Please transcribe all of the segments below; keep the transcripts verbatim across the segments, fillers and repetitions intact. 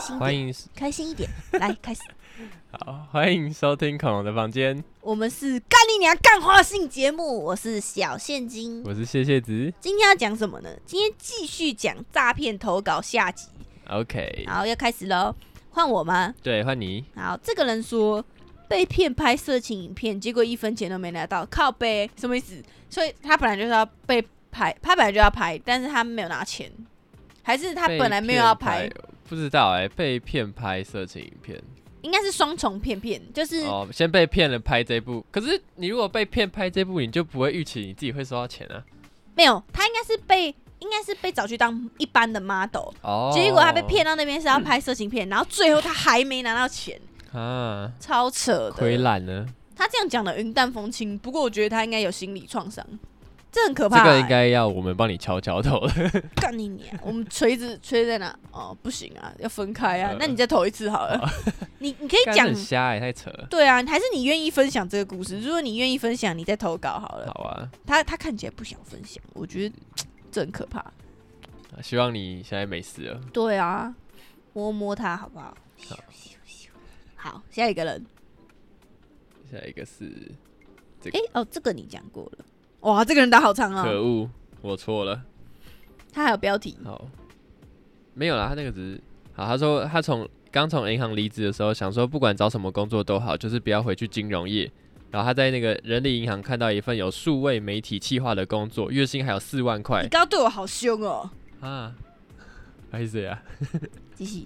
心一点， 欢迎开心一点，来开始。 好，欢迎收听恐龙的房间， 我们是干你娘干话性节目，我是小现金， 我是谢谢子。 今天要讲什么呢？今天继续讲诈骗投稿下集。 OK， 好，要开始喽，换我吗？ 对，换你。 好，这个人说被骗拍色情影片，结果一分钱都没拿到，靠背什么意思？所以他本来就是要被拍，他本来就要拍，但是他没有拿钱，还是他本来没有要拍？ 拍不知道哎、欸，被骗拍色情影片， 应该是双重骗骗，就是哦，先被骗了拍这部。可是你如果被骗拍这部，你就不会预期你自己会收到钱啊。 没有，他应该是被。应该是被找去当一般的 model，、 哦、 结果他被骗到那边是要拍色情片，然后最后他还没拿到钱， 啊， 超扯的， 亏烂了。 他这样讲的云淡风轻，不过我觉得他应该有心理创伤，这很可怕、欸。 这个应该要我们帮你敲敲头了。 干你娘！我们锤子锤在哪？哦，不行啊，要分开啊。呃、那你再投一次好了。你你可以讲， 很瞎哎、欸，太扯了。 对啊，还是你愿意分享这个故事？如果你愿意分享，你再投稿好了。 好啊。 他他看起来不想分享，我觉得这很可怕。 希望你现在没事了。 对啊，摸摸他好不好？好，好，下一个人。 下一个是这个。 哎、欸、哦，这个你讲过了。哇，这个人打好长哦。 可恶，我错了。 他还有标题。 好，没有啦，他那个只是好。他说他从刚从银行离职的时候，想说不管找什么工作都好，就是不要回去金融业。然后他在那个人力银行看到一份有数位媒体企划的工作，月薪还有四万块。 你刚刚对我好凶哦。 啊，还是啊？ 继续。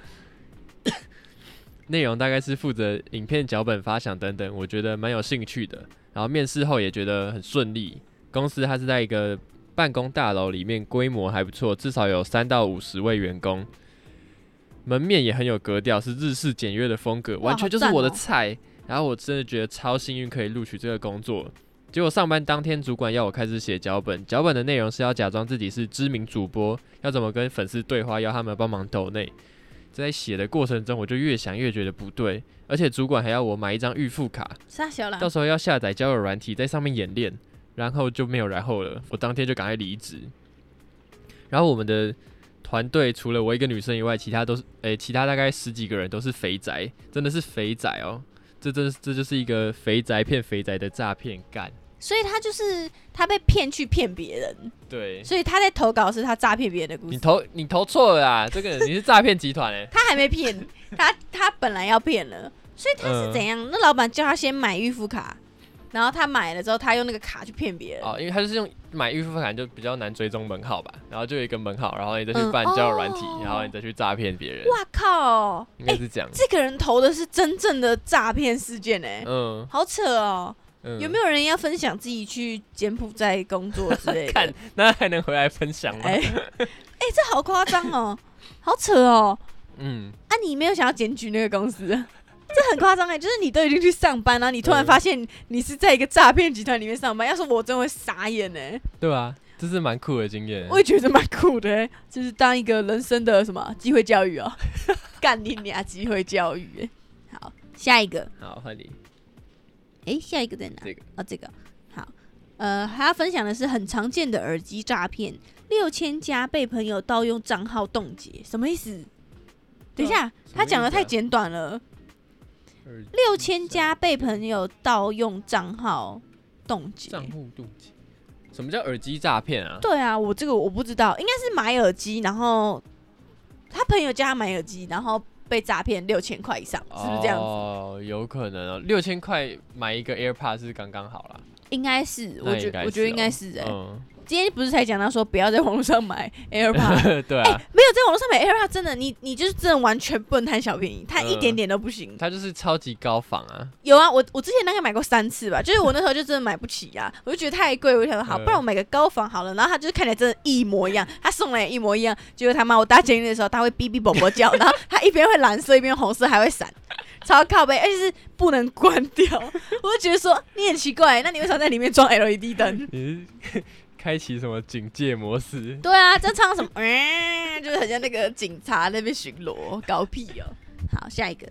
内容大概是负责影片脚本发想等等，我觉得蛮有兴趣的。然后面试后也觉得很顺利。公司它是在一个办公大楼里面，规模还不错，至少有三到五十位员工。门面也很有格调，是日式简约的风格，完全就是我的菜。哦、然后我真的觉得超幸运可以录取这个工作。结果上班当天，主管要我开始写脚本，脚本的内容是要假装自己是知名主播，要怎么跟粉丝对话，要他们帮忙抖内。在写的过程中，我就越想越觉得不对，而且主管还要我买一张预付卡， 傻小啦， 到时候要下载交友软体，在上面演练，然后就没有然后了。我当天就赶快离职。然后我们的团队除了我一个女生以外，其他都是，欸、其他大概十几个人都是肥宅，真的是肥宅哦。这真这就是一个肥宅骗肥宅的诈骗干。 所以他就是他被骗去骗别人， 对， 所以他在投稿是他诈骗别人的故事。 你投你投错了啦，这个你是诈骗集团哎。 他还没骗，他他本来要骗了，所以他是怎样？嗯、那老板叫他先买预付卡，然后他买了之后，他用那个卡去骗别人。 哦，因为他就是用买预付卡就比较难追踪门号吧，然后就有一个门号，然后你再去办交友软体，嗯哦、然后你再去诈骗别人。 哇靠！ 应该是这样、欸。 这个人投的是真正的诈骗事件哎、欸，嗯，好扯哦。嗯、有没有人要分享自己去柬埔寨工作之类的？ 看，那还能回来分享吗？哎、 欸欸，这好夸张哦，好扯哦。嗯，啊，你没有想要检举那个公司？这很夸张哎，就是你都已经去上班，然后你突然发现你是在一个诈骗集团里面上班，要是我真会傻眼哎。对啊，这是蛮酷的经验。 我也觉得蛮酷的哎，就是当一个人生的什么机会教育哦，干你俩机会教育哎。好，下一个。 好，换你。 哎、欸，下一个在哪？ 这个啊，这个好。呃，还要分享的是很常见的耳机诈骗，六千家被朋友盗用账号冻结，什么意思？等一下，啊、他讲的太简短了。六千家被朋友盗用账号冻结， 账户冻结，什么叫耳机诈骗啊？ 对啊，我这个我不知道，应该是买耳机，然后他朋友叫他买耳机，然后被诈骗六千块以上，是不是这样子？ 哦，有可能哦，六千块买一个 AirPod 是刚刚好啦。 应该是，我觉得、哦、我觉得应该是哎、欸。嗯，今天不是才讲到说不要在网络上买 AirPod？ 对啊、 欸，没有在网络上买 AirPod， 真的，你你就是真的完全不能贪小便宜，它一点点都不行。 它、嗯、就是超级高仿啊。 有啊，我我之前大概买过三次吧，就是我那时候就真的买不起啊，我就觉得太贵，我就想说好，不然我买个高仿好了。然后它就是看起来真的一模一样，他送来也一模一样。结果他妈我搭捷运的时候，他会哔哔啵啵叫，然后它一边会蓝色，一边红色，还会闪。超靠北，而且是不能关掉，我就觉得说你很奇怪，那你为什么在里面装 L E D 灯？ 你是开启什么警戒模式？ 对啊，这唱什么？嗯，就是很像那个警察那边巡逻，搞屁哦！好，下一个，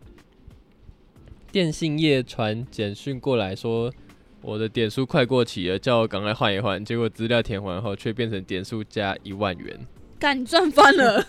电信业传简讯过来说，我的点数快过期了，叫我赶快换一换。结果资料填完后，却变成点数加一万元。 干，你赚翻了！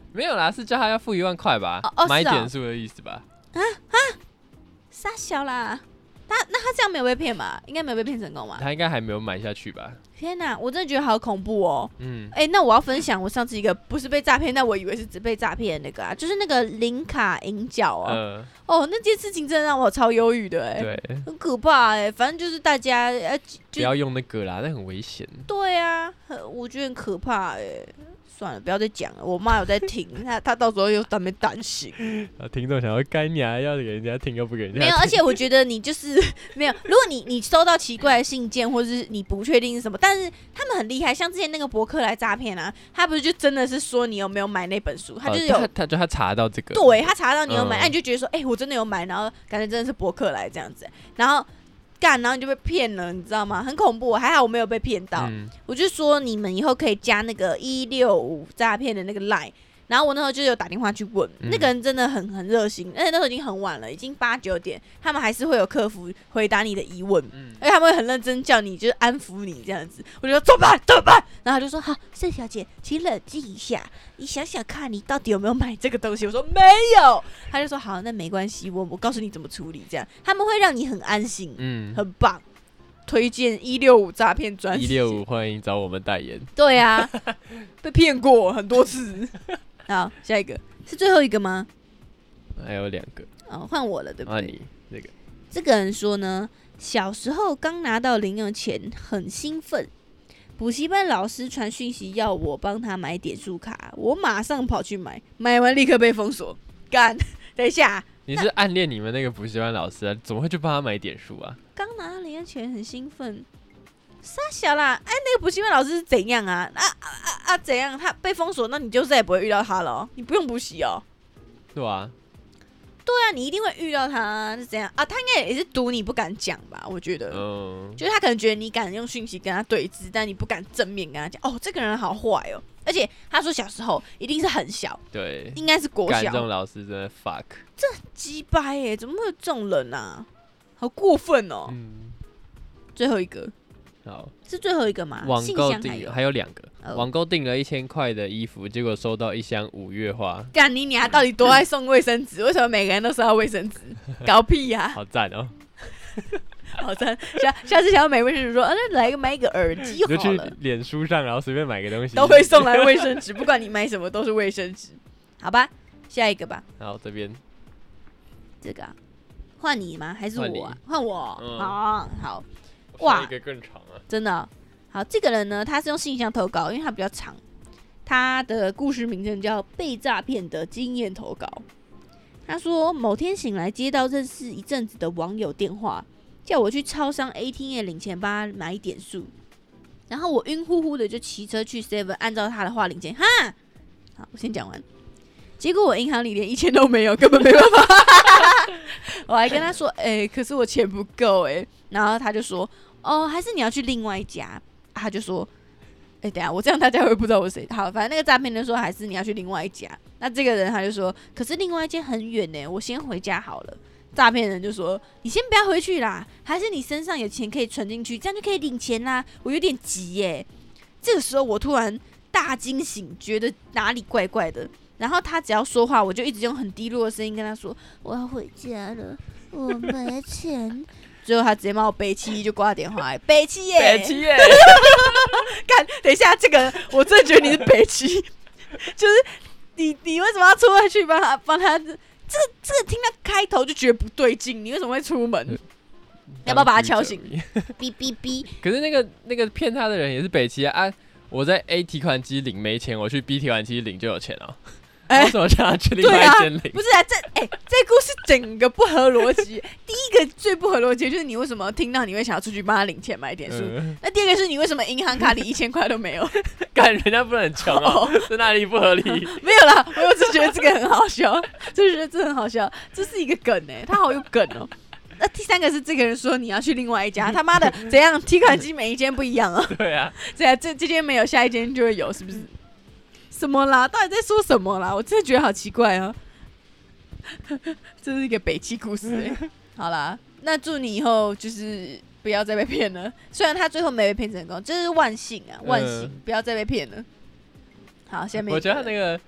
没有啦，是叫他要付一万块吧， 哦哦买是哦点数的意思吧？ 傻小啦。他那他这样没有被骗吧？应该没有被骗成功吧？ 他应该还没有买下去吧？ 天哪，我真的觉得好恐怖哦！ 嗯， 哎、欸，那我要分享我上次一个不是被诈骗，但我以为是只被诈骗的那个啊，就是那个零卡银角哦。 呃， 哦，那件事情真的让我超忧郁的哎、欸， 对， 很可怕哎、欸。反正就是大家呃， 不要用那个啦，那很危险。 对啊，很我觉得很可怕哎、欸。算了，不要再讲了。我妈有在听，她她到时候又在那边担心。 啊，听众想要干你啊，要给人家听又不给人家听。 没有，而且我觉得你就是没有。如果你你收到奇怪的信件，或者是你不确定是什么，但是他们很厉害，像之前那个博客来诈骗啊，他不是就真的是说你有没有买那本书，他就是有， 哦、他, 他就他查到这个， 对他查到你有买，那、 嗯、 你就觉得说，哎、欸，我真的有买，然后感觉真的是博客来这样子，然后。干，然后你就被骗了，你知道吗？很恐怖。还好我没有被骗到。嗯、我就说你们以后可以加那个一六五诈骗的那个 line， 然后我那时候就有打电话去问，嗯、那个人真的很很热心，而且那时候已经很晚了，已经八九点，他们还是会有客服回答你的疑问，嗯、而且他们会很认真叫你，就是安抚你这样子。我就说怎么办？怎么办？然后他就说好，盛小姐，请冷静一下，你想想看，你到底有没有买这个东西？我说没有。他就说好，那没关系，我我告诉你怎么处理，这样他们会让你很安心，嗯，很棒。推荐一六五诈骗专线， 一六五欢迎找我们代言。 对啊，被骗过很多次。好，下一个是最后一个吗？ 还有两个。 哦，换我了，对不对？ 啊，你那个这个人说呢，小时候刚拿到零用钱，很兴奋。补习班老师传讯息要我帮他买点数卡，我马上跑去买，买完立刻被封锁。干，等一下， 你是暗恋你们那个补习班老师啊？怎么会去帮他买点数啊？ 刚拿到零用钱很兴奋，傻小啦！哎，那个补习班老师是怎样啊？啊啊啊啊！怎样？他被封锁，那你就再也不会遇到他了、哦，你不用补习哦。 对啊。 对啊，你一定会遇到他是怎样啊？他应该也是赌你不敢讲吧？我觉得，嗯，就是他可能觉得你敢用讯息跟他对峙，但你不敢正面跟他讲。哦，这个人好坏哦！而且他说小时候一定是很小， 对， 应该是国小。 这种老师真的 fuck， 这鸡掰耶！怎么会有这种人啊？好过分哦！嗯，最后一个， 好， 是最后一个吗？ 网购订还有两个。 哦、 网购订了一千块的衣服，结果收到一箱五月花。 干你娘！到底多爱送卫生纸？为什么每个人都收到卫生纸？搞屁呀、啊！ 好赞哦！ 好赞！下下次想要买卫生纸说，啊，那来个买一个耳机好了。 就去脸书上，然后随便买个东西， 都会送来卫生纸，不管你买什么都是卫生纸。好吧，下一个吧。 好，这边这个换、啊、你吗？还是我、啊？换我。 嗯、 好好。哇， 一个更长啊！ 真的、哦。好，这个人呢，他是用信箱投稿，因为他比较长。他的故事名称叫《被诈骗的经验投稿》。他说，某天醒来接到认识一阵子的网友电话，叫我去超商 A T M 领钱帮他买点数。然后我晕乎乎的就骑车去 seven， 按照他的话领钱。哈，好，我先讲完。结果我银行里连一千都没有，根本没办法。我还跟他说，哎、欸，可是我钱不够哎。然后他就说，哦，还是你要去另外一家。他就说，哎、欸，等一下我这样大家会不知道我是谁。好，反正那个诈骗人说还是你要去另外一家。那这个人他就说，可是另外一间很远呢，我先回家好了。诈骗人就说，你先不要回去啦，还是你身上有钱可以存进去，这样就可以领钱啦。我有点急耶。这个时候我突然大惊醒，觉得哪里怪怪的。然后他只要说话，我就一直用很低落的声音跟他说，我要回家了，我没钱。最后他直接把我北七就挂电话，北七耶， 北七耶！ 干，等一下，这个我真的觉得你是北七，就是你你为什么要出来去帮他帮他？这个这个听到开头就觉得不对劲，你为什么会出门？要不要把他敲醒？哔哔哔！ 可是那个那个骗他的人也是北七啊！啊我在 A 提款机领没钱，我去 B 提款机领就有钱哦。欸、为什么叫他去另外一间领？ 啊、不是啊，这哎、欸，这故事整个不合逻辑。第一个最不合逻辑就是你为什么听到你会想要出去帮他领钱买点数？嗯、那第二个是你为什么银行卡里一千块都没有？ 干人家不能很穷哦，在哪里不合理？ 没有啦，我只觉得这个很好笑，就觉得这很好笑，这是一个梗哎、欸，他好有梗哦。那第三个是这个人说你要去另外一家，他妈的怎样？提款机每一间不一样啊？ 对啊， 这样这这间没有，下一间就会有，是不是？什么啦？到底在说什么啦？我真的觉得好奇怪啊！这是一个北七故事、欸。好啦，那祝你以后就是不要再被骗了。虽然他最后没被骗成功，这是万幸啊，万幸，嗯、不要再被骗了。好，下面我觉得他那个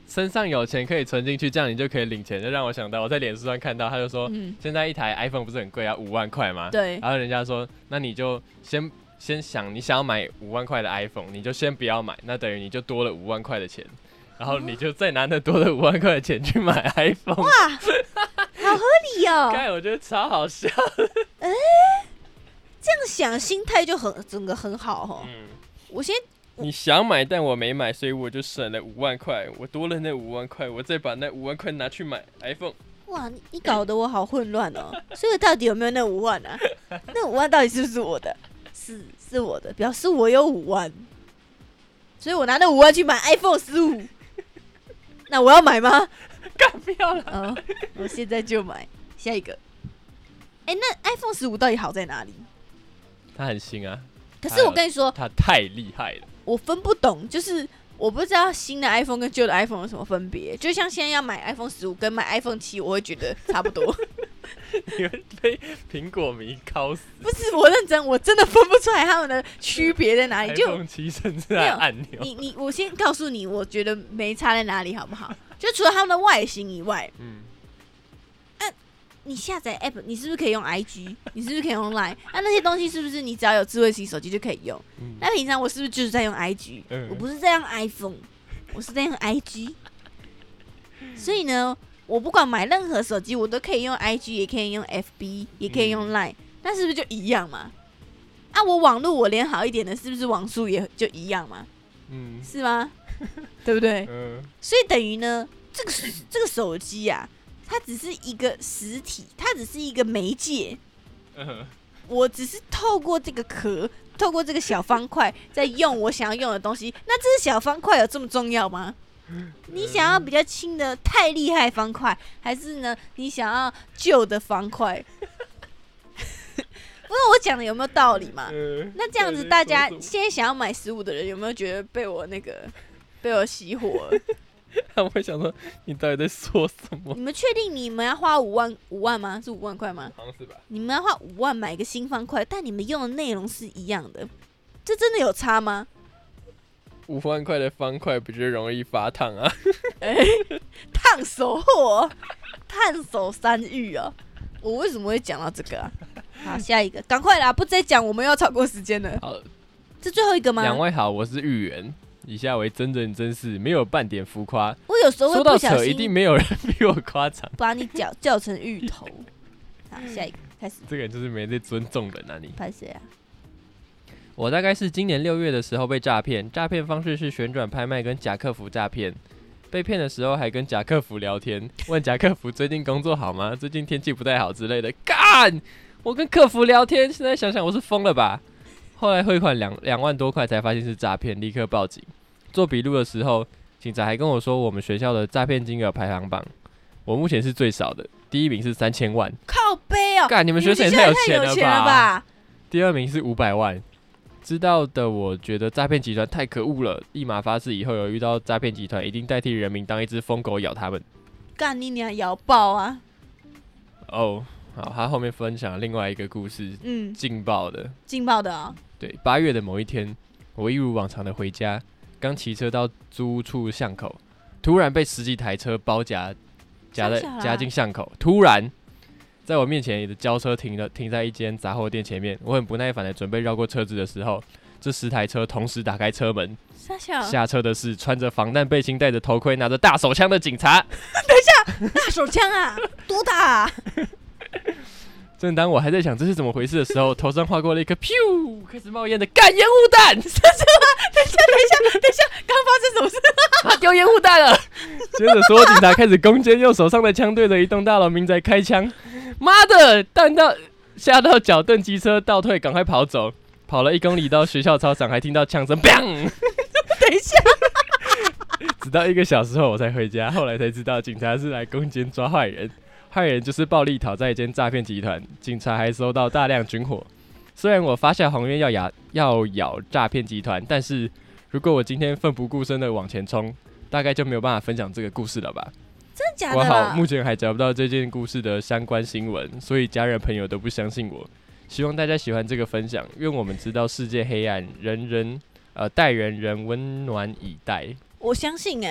身上有钱可以存进去，这样你就可以领钱。就让我想到我在脸书上看到，他就说，嗯、现在一台 iPhone 不是很贵啊，五万块吗？ 对。 然后人家说，那你就先先想，你想要买五万块的 iPhone， 你就先不要买，那等于你就多了五万块的钱，然后你就再拿那多了五万块的钱去买 iPhone。 哇，好合理哦！ 刚才我觉得超好笑的。 哎、欸，这样想心态就很整个很好哦。嗯，我先。 你想买，但我没买，所以我就省了五万块。我多了那五万块，我再把那五万块拿去买 iPhone。 哇，你你搞得我好混乱哦！所以到底有没有那五万啊？那五万到底是不是我的？是是我的，表示我有五万，所以我拿那五万去买 iPhone 十五。那我要买吗？ 干不要了。 哦，我现在就买。下一个。哎、欸，那 iPhone 十五到底好在哪里？ 它很新啊。 可是我跟你说， 它太厉害了。 我分不懂，就是我不知道新的 iPhone 跟旧的 iPhone 有什么分别。就像现在要买 iPhone 十五跟买 iPhone 七，我会觉得差不多。 你会被苹果迷敲死？ 不是，我认真，我真的分不出来它们的区别在哪里。就 iPhone 七甚至还有按钮。 你你，我先告诉你，我觉得没差在哪里，好不好？就除了它们的外形以外，嗯。你下载 app， 你是不是可以用 I G？ 你是不是可以用 Line？ 那那些东西是不是你只要有智慧型手机就可以用？嗯、那平常我是不是就是在用 I G？、嗯、我不是在用 iPhone， 我是在用 I G。所以呢，我不管买任何手机，我都可以用 I G， 也可以用 F B， 也可以用 Line，、嗯、那是不是就一样嘛？啊，我网络我连好一点的，是不是网速也就一样嘛？嗯，是吗？对不对？嗯、所以等于呢，这个这个手机啊。它只是一个实体，它只是一个媒介。Uh-huh. 我只是透过这个壳，透过这个小方块，在用我想要用的东西。那这个小方块有这么重要吗？ Uh-huh. 你想要比较轻的太厉害方块，还是呢你想要旧的方块？不是我讲的有没有道理嘛？ Uh-huh. 那这样子，大家现在想要买十五的人，有没有觉得被我那个被我熄火了？ 他们会想说，你到底在说什么？ 你们确定你们要花五万五万吗？是五万块吗？ 好像是吧。 你们要花五万买一个新方块，但你们用的内容是一样的，这真的有差吗？ 五万块的方块比较容易发烫啊！ 哎、欸，烫手货，烫手山芋啊！我为什么会讲到这个啊？好，下一个，赶快啦，不再讲，我们要超过时间了。 好， 这最后一个吗？ 两位好，我是芋圆。以下为真人真事，没有半点浮夸。 我有时候会不小心， 说到扯，一定没有人比我夸张。 把你叫叫成芋头。好，下一个开始。 这个人就是没在尊重人啊你！ 拍谁啊？ 我大概是今年六月的时候被诈骗，诈骗方式是旋转拍卖跟假客服诈骗。被骗的时候还跟假客服聊天，问假客服最近工作好吗？最近天气不太好之类的。干！我跟客服聊天，现在想想我是疯了吧？后来汇款两两万多块，才发现是诈骗，立刻报警。做笔录的时候，警察还跟我说，我们学校的诈骗金额排行榜，我目前是最少的，第一名是三千万。 靠背哦！ 干，你们学生也太有钱了 吧, 了吧？ 第二名是五百万。知道的，我觉得诈骗集团太可恶了，立马发誓以后有遇到诈骗集团，一定代替人民当一只疯狗咬他们。 干你娘，咬爆啊！ 哦，好，他后面分享了另外一个故事，嗯，劲爆的， 劲爆的啊、哦！ 对，八月的某一天，我一如往常的回家。刚骑车到租屋处巷口，突然被十几台车包夹夹在夹进巷口。突然，在我面前的轿车停了，停在一间杂货店前面。我很不耐烦的准备绕过车子的时候，这十台车同时打开车门，下车的是穿着防弹背心、戴着头盔、拿着大手枪的警察。 等一下，大手枪啊，多大啊？ 正当我还在想这是怎么回事的时候，头上划过了一颗噗开始冒烟的干烟雾弹。是吗？等一下，等一下，等一下，刚发生什么事？他丢烟雾弹了。接着，所有警察开始攻坚，用手上的枪对着一栋大楼民宅开枪。妈的，弹到吓到脚蹬机车倒退，赶快跑走。跑了一公里到学校操场，还听到枪声，砰！ 等一下， 直到一个小时后我才回家，后来才知道警察是来攻坚抓坏人。坏人就是暴力讨债一间诈骗集团，警察还收到大量军火。虽然我发下宏愿要咬要咬诈骗集团，但是如果我今天奋不顾身的往前冲，大概就没有办法分享这个故事了吧？ 真的假的？ 我好，目前还找不到这件故事的相关新闻，所以家人朋友都不相信我。希望大家喜欢这个分享，愿我们知道世界黑暗，人人呃待人人温暖以待。 我相信哎、欸，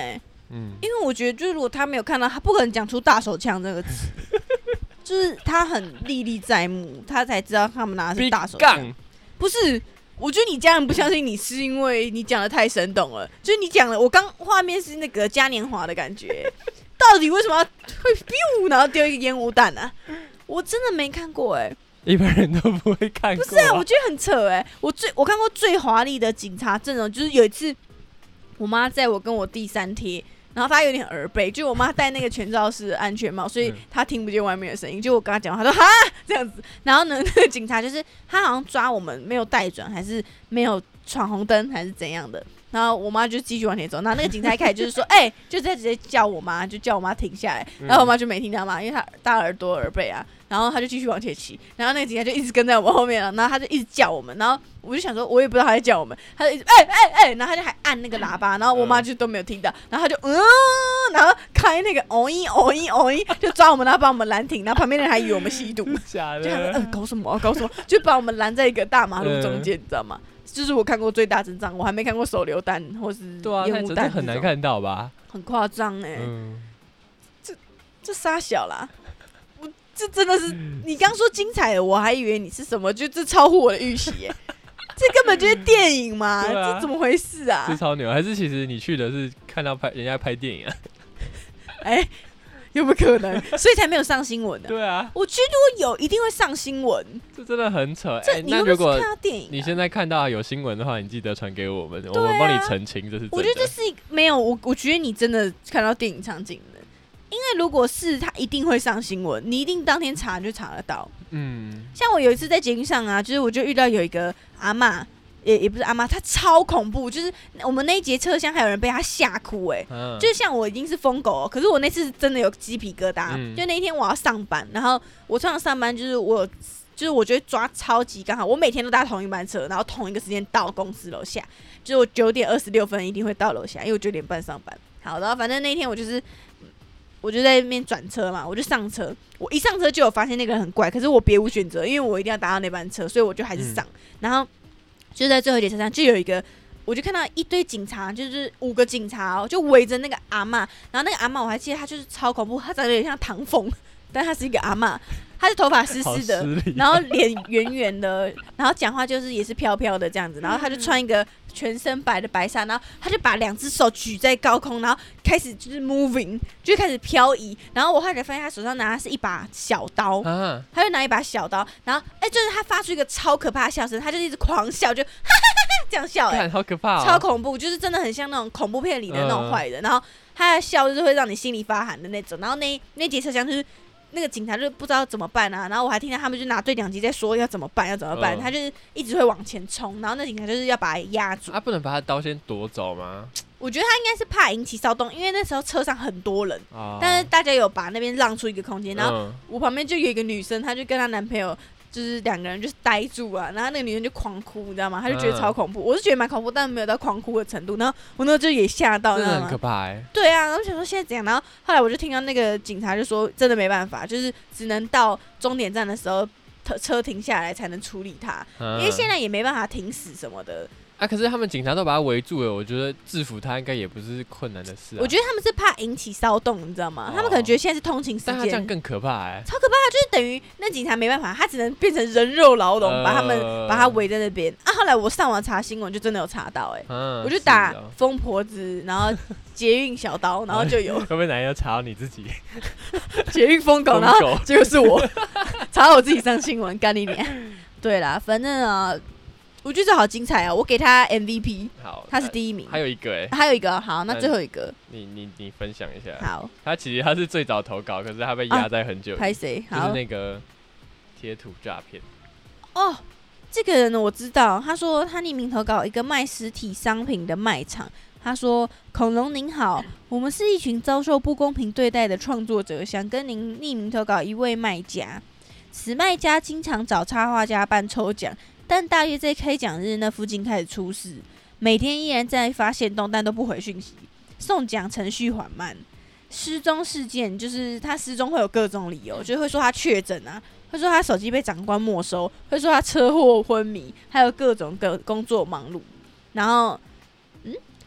嗯， 因为我觉得就是如果他没有看到，他不可能讲出大手枪这个词。就是他很历历在目，他才知道他们拿的是大手枪。不是，我觉得你家人不相信你，是因为你讲的太生动了。就是你讲的，我刚画面是那个嘉年华的感觉，到底为什么要会 biu 然后丢一个烟雾弹啊？我真的没看过哎、欸， 一般人都不会看过、啊。 不是啊，我觉得很扯哎、欸。我最我看过最华丽的警察阵容，就是有一次我妈在我跟我弟三贴。然后他有点耳背，就我妈戴那个全罩式安全帽，所以他听不见外面的声音。就我跟他讲，他说哈这样子。然后呢，那个警察就是他好像抓我们没有带转，还是没有闯红灯，还是怎样的。然后我妈就继续往前走。然后那个警察一开始就是说，哎、欸，就直接叫我妈，就叫我妈停下来。然后我妈就没听到嘛，因为她大耳朵耳背啊。然后他就继续往前骑，然后那个警察就一直跟在我们后面了，然后他就一直叫我们，然后我就想说，我也不知道他在叫我们，他就一直哎哎哎，然后他就还按那个喇叭，然后我妈就都没有听到，然后他就嗯，然后开那个哦一哦一哦一，就抓我们，然后把我们拦停，然后旁边人还以为我们吸毒， 假的， 就想说呃搞什么、啊、搞什么，就把我们拦在一个大马路中间，你知道吗？就是我看过最大阵仗，我还没看过手榴弹或是烟雾弹， 很难看到吧？ 很夸张哎， 嗯、 这这傻小啦。这真的是你刚说精彩的，我还以为你是什么，就这超乎我的预期耶！这根本就是电影嘛，啊、这怎么回事啊？ 这超牛，还是其实你去的是看到拍人家拍电影啊？ 哎、欸，有没有可能？所以才没有上新闻的、啊。 对啊， 我觉得如果有，一定会上新闻。 这真的很扯。 这、欸、你会不会是看到电影、啊？ 你现在看到有新闻的话，你记得传给我们，啊、我们帮你澄清，这是真的。 我觉得这是一没有我，我觉得你真的看到电影场景的。因为如果是他一定会上新闻，你一定当天查就查得到。嗯，像我有一次在捷运上啊，就是我就遇到有一个阿嬷，也也不是阿嬷，她超恐怖，就是我们那一节车厢还有人被她吓哭哎、欸嗯，就是像我已经是疯狗、喔，可是我那次真的有鸡皮疙瘩。嗯、就那一天我要上班，然后我通常上班就是我就是我觉得抓超级刚好，我每天都搭同一班车，然后同一个时间到公司楼下，就是我九点二十六分一定会到楼下，因为我九点半上班。好，然后反正那天我就是。我就在那边转车嘛，我就上车。我一上车就有发现那个人很怪，可是我别无选择，因为我一定要搭到那班车，所以我就还是上。嗯、然后就在最后一节车上，就有一个，我就看到一堆警察，就是五个警察哦，就围着那个阿嬷。然后那个阿嬷我还记得，她就是超恐怖，她长得有点像唐凤，但她是一个阿嬷，她是头发湿湿的，然后脸圆圆的，然后讲话就是也是飘飘的这样子，然后她就穿一个。全身白的白纱，然后他就把两只手举在高空，然后开始就是 moving， 就开始漂移。然后我后来发现他手上拿的是一把小刀，啊、他就拿一把小刀，然后哎、欸，就是他发出一个超可怕的笑声，他就一直狂笑，就哈哈哈哈这样笑、欸，哎， 好可怕、哦， 超恐怖，就是真的很像那种恐怖片里的那种坏人。嗯、然后他的笑就是会让你心里发寒的那种。然后那那节车厢就是。那个警察就不知道怎么办啊，然后我还听到他们就拿对讲机在说要怎么办，要怎么办，嗯、他就是一直会往前冲，然后那警察就是要把他压住。 啊，不能把他刀先夺走吗？ 我觉得他应该是怕引起骚动，因为那时候车上很多人，哦、但是大家有把那边让出一个空间，然后我旁边就有一个女生，她就跟她男朋友。就是两个人就是呆住啊，然后那个女生就狂哭，你知道吗？她就觉得超恐怖，嗯、我是觉得蛮恐怖，但没有到狂哭的程度。然后我那时候就也吓到， 真的很可怕哎、欸。 对啊，然后我想说现在怎样？然后后来我就听到那个警察就说，真的没办法，就是只能到终点站的时候，车停下来才能处理他，嗯、因为现在也没办法停死什么的。 啊！可是他们警察都把他围住了，我觉得制服他应该也不是困难的事、啊。 我觉得他们是怕引起骚动，你知道吗？哦、他们可能觉得现在是通勤时间， 但他这样更可怕哎、欸， 超可怕！就是等于那警察没办法，他只能变成人肉牢笼，呃、把他们把他围在那边。啊！后来我上网查新闻，就真的有查到哎、欸，嗯、我就打疯婆子，然后捷运小刀，然后就有。 会不会哪天要查到你自己？ 捷运疯狗，然后结果是我查到我自己上新闻，干你脸！对啦，反正啊。我觉得这好精彩啊！我给他 M V P， 好，他是第一名。 还有一个哎、欸， 还有一个，好，那最后一个， 你你你分享一下。 好， 他其实他是最早投稿，可是他被压在很久。 拍谁？ 就是那个贴图诈骗。 哦，这个人呢，我知道，他说他匿名投稿一个卖实体商品的卖场。他说：“恐龙您好，我们是一群遭受不公平对待的创作者，想跟您匿名投稿一位卖家。此卖家经常找插画家办抽奖。”但大约在开奖日那附近开始出事，每天依然在发限动，但都不回讯息。送奖程序缓慢，失踪事件就是他失踪会有各种理由，就会说他确诊啊，会说他手机被长官没收，会说他车祸昏迷，还有各种各工作忙碌。然后，嗯，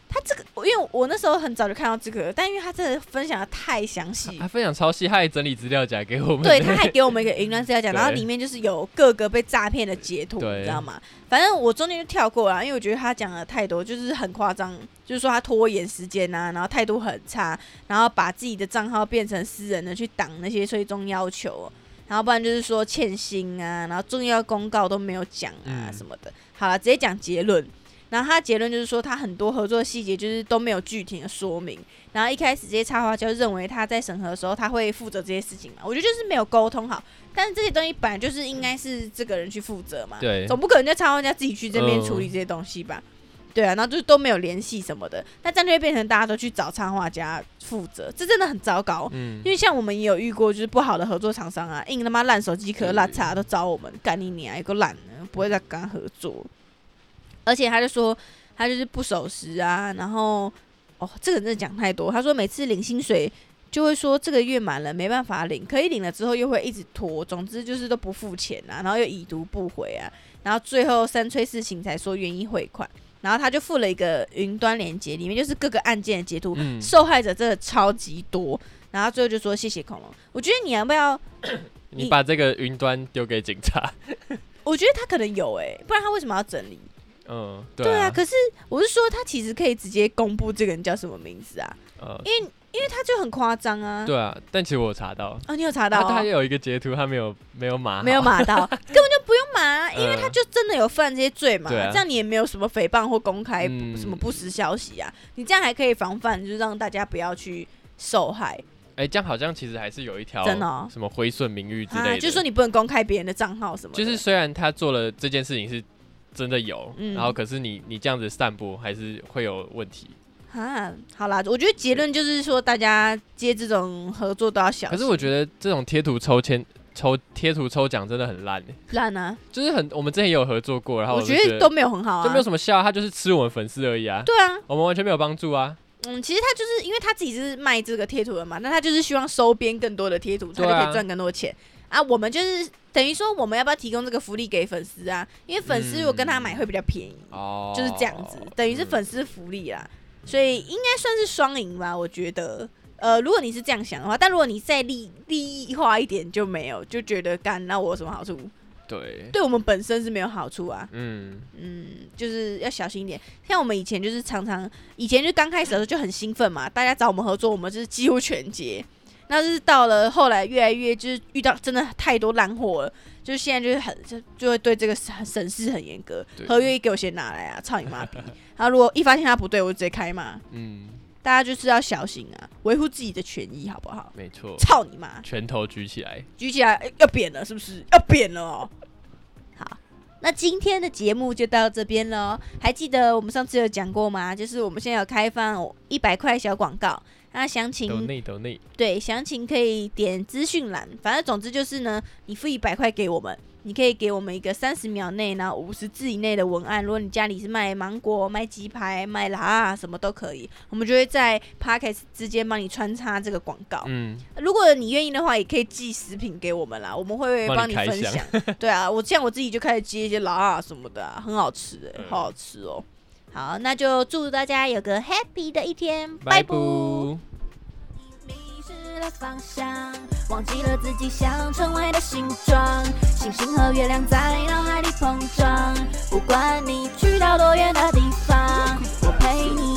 他这个，因为我那时候很早就看到这个，但因为他真的分享的太详细， 他分享超细，他还整理资料夹给我们。 对，他还给我们一个云端资料夹，然后里面就是有各个被诈骗的截图，你知道吗？反正我中间就跳过了，因为我觉得他讲的太多，就是很夸张，就是说他拖延时间啊，然后态度很差，然后把自己的账号变成私人的去挡那些追踪要求，然后不然就是说欠薪啊，然后重要公告都没有讲啊什么的。嗯、好了，直接讲结论。然后他的结论就是说，他很多合作细节就是都没有具体的说明。然后一开始这些插画家认为他在审核的时候他会负责这些事情嘛，我觉得就是没有沟通好。但是这些东西本来就是应该是这个人去负责嘛， 对， 总不可能叫插画家自己去这边处理这些东西吧？嗯、对啊，然后就是都没有联系什么的，那这样就会变成大家都去找插画家负责，这真的很糟糕。嗯，因为像我们也有遇过，就是不好的合作厂商啊，印他妈烂手机壳、烂叉都找我们，干你娘，有个烂的，不会再跟他合作。而且他就说。他就是不守时啊，然后哦，这个真的讲太多。他说每次领薪水就会说这个月满了没办法领，可以领了之后又会一直拖，总之就是都不付钱啊，然后又已读不回啊，然后最后三催四请才说愿意汇款，然后他就附了一个云端连结，里面就是各个案件的截图，嗯、受害者真的超级多，然后最后就说谢谢恐龙。我觉得你要不要你把这个云端丢给警察？ 我觉得他可能有哎、欸，不然他为什么要整理？ 嗯，对 啊, 对啊，可是我是说，他其实可以直接公布这个人叫什么名字啊，呃、因为因为他就很夸张啊。 对啊，但其实我有查到。 哦，你有查到、哦？ 他有一个截图，他没有没有码， 没有码到，根本就不用码、啊，因为他就真的有犯这些罪嘛。 嗯、 这样你也没有什么诽谤或公开什么不实消息啊，嗯、你这样还可以防范，就是让大家不要去受害。 哎、欸，这样好像其实还是有一条真的、哦、 什么毁损名誉之类的、 啊，就是说你不能公开别人的账号什么的。 就是虽然他做了这件事情是。真的有，嗯、然后可是你你这样子散播还是会有问题啊。好啦，我觉得结论就是说，大家接这种合作都要小心。 可是我觉得这种贴图抽签、抽贴图抽奖真的很烂， 烂啊！ 就是很，我们之前也有合作过，然后我觉得都没有很好啊， 就没有什么效，他就是吃我们粉丝而已啊。 对啊， 我们完全没有帮助啊。 嗯，其实他就是因为他自己是卖这个贴图的嘛，那他就是希望收编更多的贴图，他就可以赚更多钱。啊，我们就是等于说，我们要不要提供这个福利给粉丝啊？因为粉丝如果跟他买会比较便宜，嗯、就是这样子，等于是粉丝福利啦，嗯、所以应该算是双赢吧，我觉得。呃，如果你是这样想的话，但如果你再利利益化一点就没有，就觉得干那我有什么好处？ 对， 对我们本身是没有好处啊。 嗯嗯，就是要小心一点。像我们以前就是常常，以前就刚开始的时候就很兴奋嘛，大家找我们合作，我们就是几乎全接。那是到了后来越来越就是遇到真的太多烂货了，就是现在就是很就就会对这个审视很严格，合约一给我先拿来啊，操你妈逼！然后如果一发现他不对，我就直接开骂。嗯，大家就是要小心啊，维护自己的权益，好不好？ 没错。 操你妈！ 拳头举起来， 举起来、欸、要扁了，是不是？要扁了哦。好，那今天的节目就到这边了。还记得我们上次有讲过吗？就是我们现在有开放一百块小广告。那详情抖内抖内对详情可以点资讯栏，反正总之就是呢，你付一百块给我们，你可以给我们一个三十秒内，然后五十字以内的文案。如果你家里是卖芒果、卖鸡排、卖辣什么都可以，我们就会在 podcast 之间帮你穿插这个广告。嗯，如果你愿意的话，也可以寄食品给我们啦，我们会帮你分享。对啊，我像我自己就开始接一些辣什么的、啊，很好吃哎、欸，嗯、好好吃哦。好，那就祝大家有个 happy 的一天，拜拜。迷失了方向，忘记了自己想成为的形状，星星和月亮在脑海里碰撞，不管你去到多远的地方，我陪你。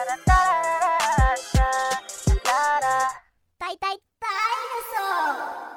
呆呆呆的手。